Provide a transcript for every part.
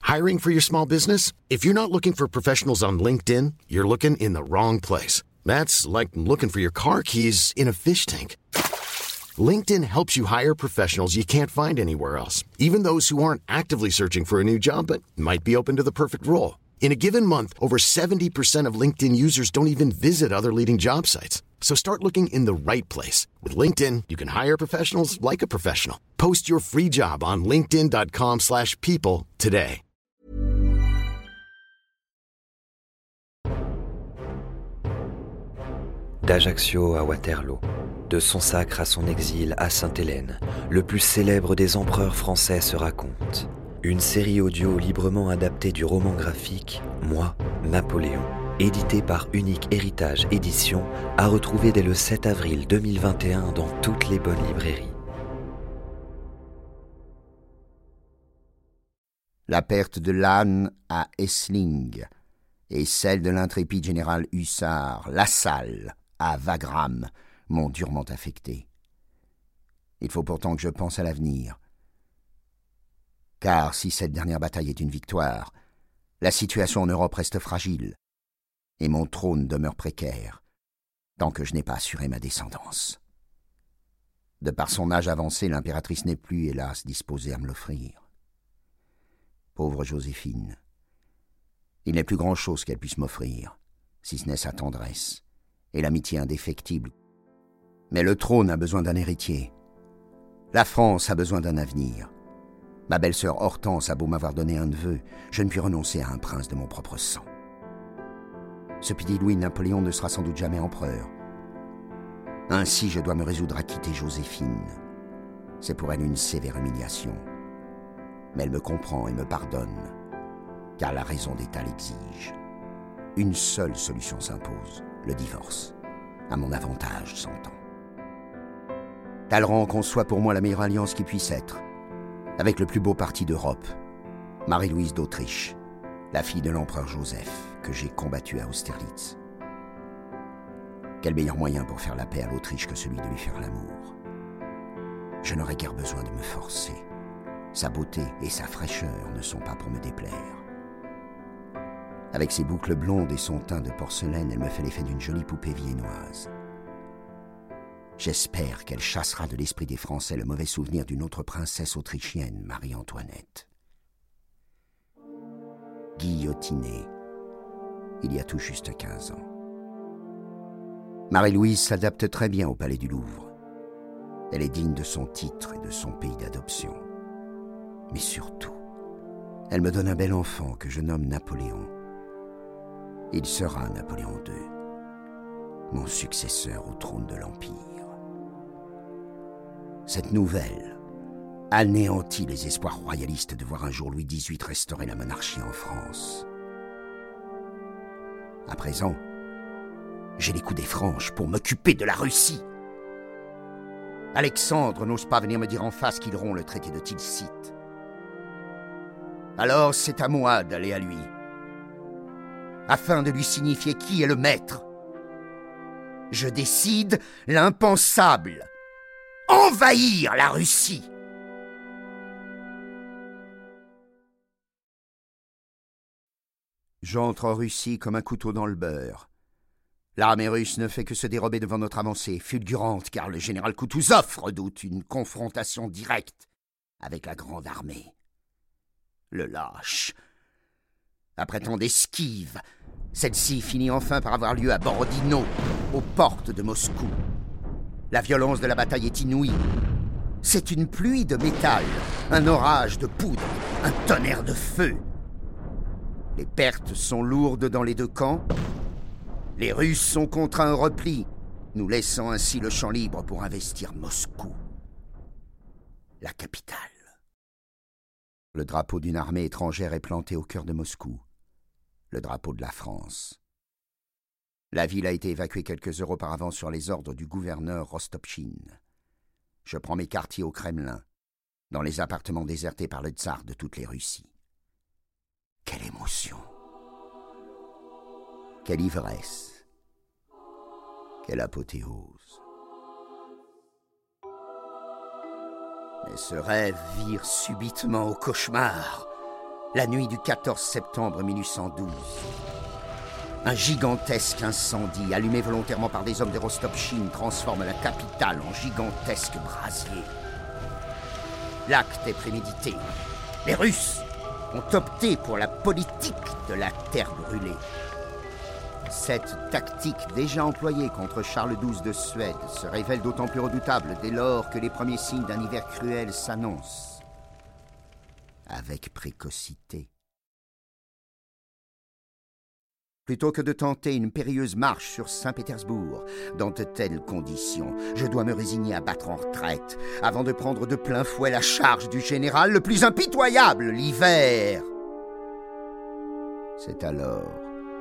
Hiring for your small business? If you're not looking for professionals on LinkedIn, you're looking in the wrong place. That's like looking for your car keys in a fish tank. LinkedIn helps you hire professionals you can't find anywhere else, even those who aren't actively searching for a new job but might be open to the perfect role. In a given month, over 70% of LinkedIn users don't even visit other leading job sites. So start looking in the right place. With LinkedIn, you can hire professionals like a professional. Post your free job on linkedin.com/people today. D'Ajaccio à Waterloo, de son sacre à son exil à Sainte-Hélène, le plus célèbre des empereurs français se raconte. Une série audio librement adaptée du roman graphique « Moi, Napoléon », édité par Unique Héritage Éditions, à retrouver dès le 7 avril 2021 dans toutes les bonnes librairies. La perte de l'âne à Essling et celle de l'intrépide général hussard Lassalle à Wagram m'ont durement affecté. Il faut pourtant que je pense à l'avenir. Car si cette dernière bataille est une victoire, la situation en Europe reste fragile, et mon trône demeure précaire, tant que je n'ai pas assuré ma descendance. De par son âge avancé, l'impératrice n'est plus, hélas, disposée à me l'offrir. Pauvre Joséphine, il n'est plus grand-chose qu'elle puisse m'offrir, si ce n'est sa tendresse et l'amitié indéfectible. Mais le trône a besoin d'un héritier. La France a besoin d'un avenir. Ma belle-sœur Hortense a beau m'avoir donné un neveu, je ne puis renoncer à un prince de mon propre sang. Ce petit Louis-Napoléon ne sera sans doute jamais empereur. Ainsi, je dois me résoudre à quitter Joséphine. C'est pour elle une sévère humiliation. Mais elle me comprend et me pardonne, car la raison d'État l'exige. Une seule solution s'impose, le divorce. À mon avantage, s'entend. Talleyrand conçoit pour moi la meilleure alliance qui puisse être, avec le plus beau parti d'Europe, Marie-Louise d'Autriche, la fille de l'empereur Joseph, que j'ai combattu à Austerlitz. Quel meilleur moyen pour faire la paix à l'Autriche que celui de lui faire l'amour? Je n'aurais guère besoin de me forcer. Sa beauté et sa fraîcheur ne sont pas pour me déplaire. Avec ses boucles blondes et son teint de porcelaine, elle me fait l'effet d'une jolie poupée viennoise. J'espère qu'elle chassera de l'esprit des Français le mauvais souvenir d'une autre princesse autrichienne, Marie-Antoinette. Guillotinée, il y a tout juste 15 ans. Marie-Louise s'adapte très bien au palais du Louvre. Elle est digne de son titre et de son pays d'adoption. Mais surtout, elle me donne un bel enfant que je nomme Napoléon. Il sera Napoléon II, mon successeur au trône de l'Empire. Cette nouvelle anéantit les espoirs royalistes de voir un jour Louis XVIII restaurer la monarchie en France. À présent, j'ai les coups des franches pour m'occuper de la Russie. Alexandre n'ose pas venir me dire en face qu'il rompt le traité de Tilsit. Alors c'est à moi d'aller à lui, afin de lui signifier qui est le maître. Je décide l'impensable. Envahir la Russie. J'entre en Russie comme un couteau dans le beurre. L'armée russe ne fait que se dérober devant notre avancée, fulgurante, car le général Koutouzov redoute une confrontation directe avec la grande armée. Le lâche. Après tant d'esquives, celle-ci finit enfin par avoir lieu à Borodino, aux portes de Moscou. La violence de la bataille est inouïe. C'est une pluie de métal, un orage de poudre, un tonnerre de feu. Les pertes sont lourdes dans les deux camps. Les Russes sont contraints au repli, nous laissant ainsi le champ libre pour investir Moscou, la capitale. Le drapeau d'une armée étrangère est planté au cœur de Moscou, le drapeau de la France. La ville a été évacuée quelques heures auparavant sur les ordres du gouverneur Rostopchine. Je prends mes quartiers au Kremlin, dans les appartements désertés par le tsar de toutes les Russies. Quelle émotion! Quelle ivresse! Quelle apothéose! Mais ce rêve vire subitement au cauchemar. La nuit du 14 septembre 1812. Un gigantesque incendie, allumé volontairement par des hommes de Rostopchine, transforme la capitale en gigantesque brasier. L'acte est prémédité. Les Russes ont opté pour la politique de la terre brûlée. Cette tactique déjà employée contre Charles XII de Suède se révèle d'autant plus redoutable dès lors que les premiers signes d'un hiver cruel s'annoncent. Avec précocité. Plutôt que de tenter une périlleuse marche sur Saint-Pétersbourg, dans de telles conditions, je dois me résigner à battre en retraite avant de prendre de plein fouet la charge du général le plus impitoyable, l'hiver. C'est alors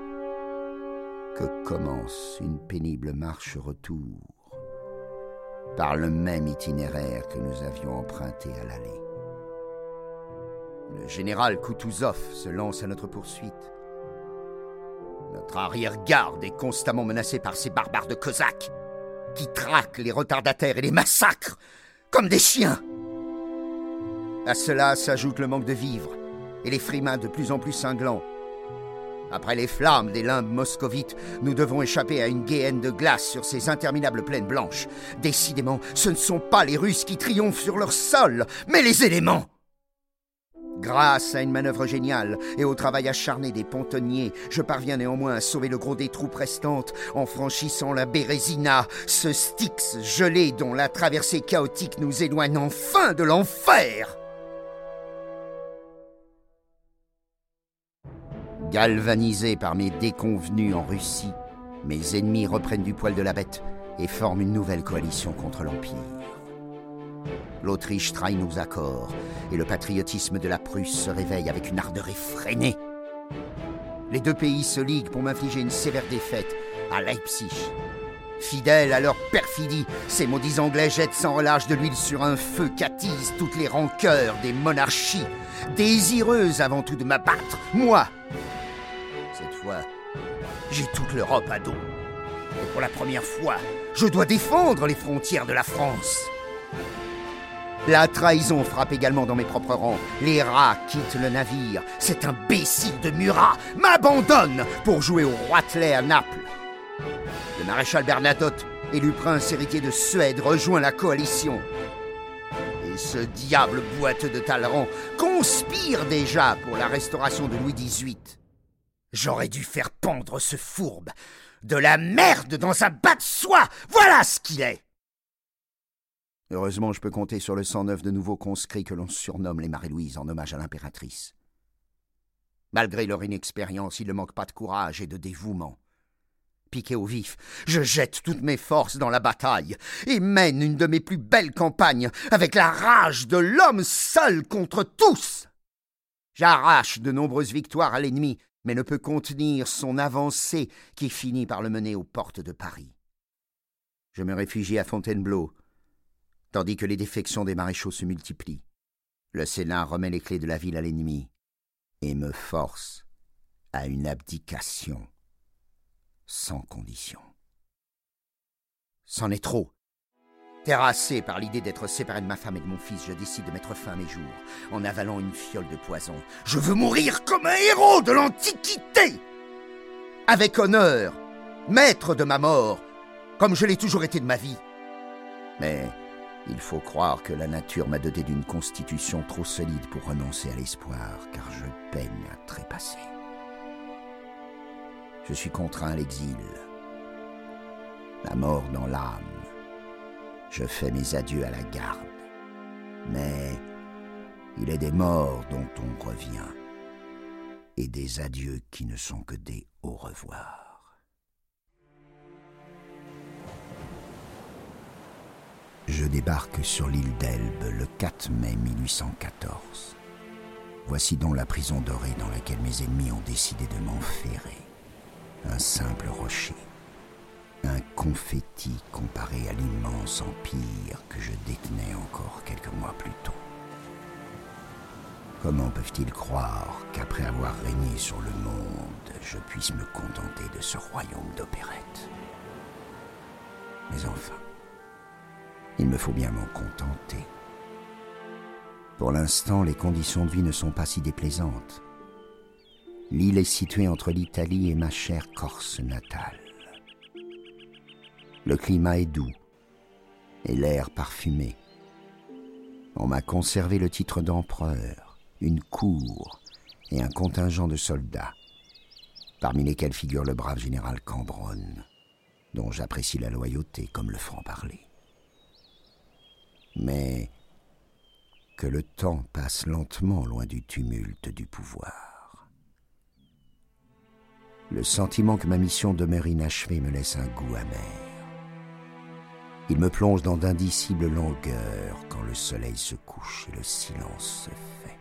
que commence une pénible marche-retour par le même itinéraire que nous avions emprunté à l'aller. Le général Koutouzov se lance à notre poursuite. Notre arrière-garde est constamment menacée par ces barbares de Cosaques qui traquent les retardataires et les massacrent comme des chiens. À cela s'ajoute le manque de vivres et les frimas de plus en plus cinglants. Après les flammes des limbes moscovites, nous devons échapper à une guéhenne de glace sur ces interminables plaines blanches. Décidément, ce ne sont pas les Russes qui triomphent sur leur sol, mais les éléments. Grâce à une manœuvre géniale et au travail acharné des pontonniers, je parviens néanmoins à sauver le gros des troupes restantes en franchissant la Bérésina, ce Styx gelé dont la traversée chaotique nous éloigne enfin de l'enfer. Galvanisés par mes déconvenus en Russie, mes ennemis reprennent du poil de la bête et forment une nouvelle coalition contre l'Empire. L'Autriche trahit nos accords et le patriotisme de la Prusse se réveille avec une ardeur effrénée. Les deux pays se liguent pour m'infliger une sévère défaite à Leipzig. Fidèles à leur perfidie, ces maudits Anglais jettent sans relâche de l'huile sur un feu qu'attisent toutes les rancœurs des monarchies, désireuses avant tout de m'abattre, moi. Cette fois, j'ai toute l'Europe à dos. Et pour la première fois, je dois défendre les frontières de la France. La trahison frappe également dans mes propres rangs. Les rats quittent le navire. Cet imbécile de Murat m'abandonne pour jouer au roitelet à Naples. Le maréchal Bernadotte, élu prince héritier de Suède, rejoint la coalition. Et ce diable boiteux de Talleyrand conspire déjà pour la restauration de Louis XVIII. J'aurais dû faire pendre ce fourbe. De la merde dans un bas de soie, voilà ce qu'il est. Heureusement, je peux compter sur le 109 de nouveaux conscrits que l'on surnomme les Marie-Louise en hommage à l'impératrice. Malgré leur inexpérience, ils ne manquent pas de courage et de dévouement. Piqué au vif, je jette toutes mes forces dans la bataille et mène une de mes plus belles campagnes avec la rage de l'homme seul contre tous. J'arrache de nombreuses victoires à l'ennemi, mais ne peux contenir son avancée qui finit par le mener aux portes de Paris. Je me réfugie à Fontainebleau, tandis que les défections des maréchaux se multiplient. Le Sénat remet les clés de la ville à l'ennemi et me force à une abdication sans condition. C'en est trop. Terrassé par l'idée d'être séparé de ma femme et de mon fils, je décide de mettre fin à mes jours en avalant une fiole de poison. Je veux mourir comme un héros de l'Antiquité, avec honneur, maître de ma mort, comme je l'ai toujours été de ma vie. Mais il faut croire que la nature m'a doté d'une constitution trop solide pour renoncer à l'espoir, car je peine à trépasser. Je suis contraint à l'exil, la mort dans l'âme. Je fais mes adieux à la garde. Mais il est des morts dont on revient, et des adieux qui ne sont que des au revoir. Je débarque sur l'île d'Elbe le 4 mai 1814. Voici donc la prison dorée dans laquelle mes ennemis ont décidé de m'enferrer. Un simple rocher, un confetti comparé à l'immense empire que je détenais encore quelques mois plus tôt. Comment peuvent-ils croire qu'après avoir régné sur le monde, je puisse me contenter de ce royaume d'opérette? Mais enfin, il me faut bien m'en contenter. Pour l'instant, les conditions de vie ne sont pas si déplaisantes. L'île est située entre l'Italie et ma chère Corse natale. Le climat est doux et l'air parfumé. On m'a conservé le titre d'empereur, une cour et un contingent de soldats, parmi lesquels figure le brave général Cambronne, dont j'apprécie la loyauté comme le franc-parler. Mais que le temps passe lentement loin du tumulte du pouvoir. Le sentiment que ma mission demeure inachevée me laisse un goût amer. Il me plonge dans d'indicibles langueurs quand le soleil se couche et le silence se fait.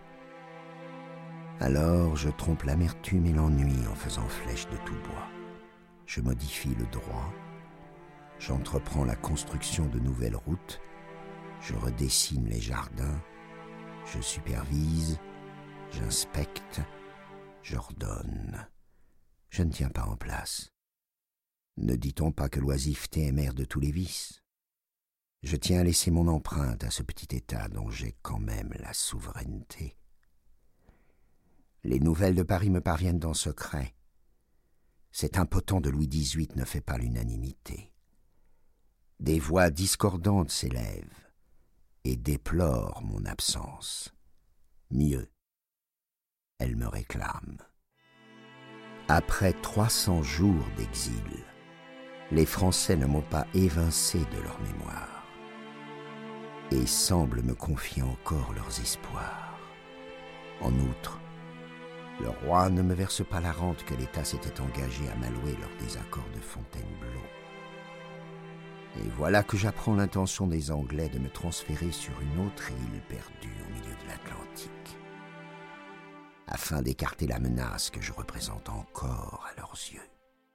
Alors je trompe l'amertume et l'ennui en faisant flèche de tout bois. Je modifie le droit, j'entreprends la construction de nouvelles routes, je redessine les jardins, je supervise, j'inspecte, j'ordonne. Je ne tiens pas en place. Ne dit-on pas que l'oisiveté est mère de tous les vices ? Je tiens à laisser mon empreinte à ce petit État dont j'ai quand même la souveraineté. Les nouvelles de Paris me parviennent en secret. Cet impotent de Louis XVIII ne fait pas l'unanimité. Des voix discordantes s'élèvent et déplorent mon absence. Mieux, elles me réclament. Après 300 jours d'exil, les Français ne m'ont pas évincé de leur mémoire et semblent me confier encore leurs espoirs. En outre, le roi ne me verse pas la rente que l'État s'était engagé à m'allouer lors des accords de Fontainebleau. Et voilà que j'apprends l'intention des Anglais de me transférer sur une autre île perdue au milieu de l'Atlantique, afin d'écarter la menace que je représente encore à leurs yeux.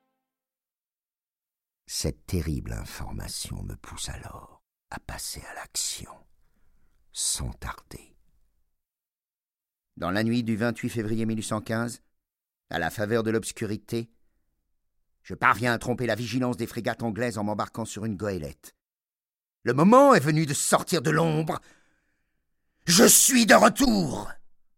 Cette terrible information me pousse alors à passer à l'action, sans tarder. Dans la nuit du 28 février 1815, à la faveur de l'obscurité, je parviens à tromper la vigilance des frégates anglaises en m'embarquant sur une goélette. Le moment est venu de sortir de l'ombre. Je suis de retour!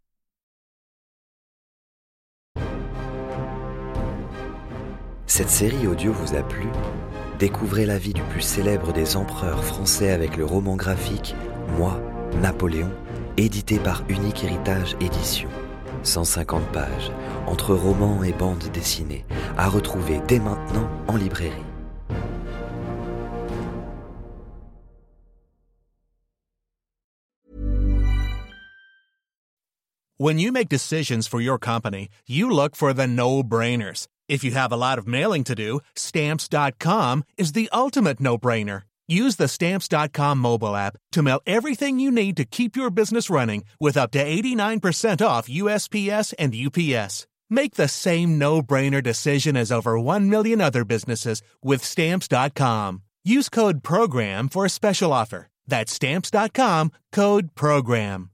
Cette série audio vous a plu ? Découvrez la vie du plus célèbre des empereurs français avec le roman graphique « Moi, Napoléon », édité par Unique Héritage Éditions. 150 pages, entre romans et bandes dessinées, à retrouver dès maintenant en librairie. When you make decisions for your company, you look for the no-brainers. If you have a lot of mailing to do, Stamps.com is the ultimate no-brainer. Use the Stamps.com mobile app to mail everything you need to keep your business running with up to 89% off USPS and UPS. Make the same no-brainer decision as over 1 million other businesses with Stamps.com. Use code PROGRAM for a special offer. That's Stamps.com, code PROGRAM.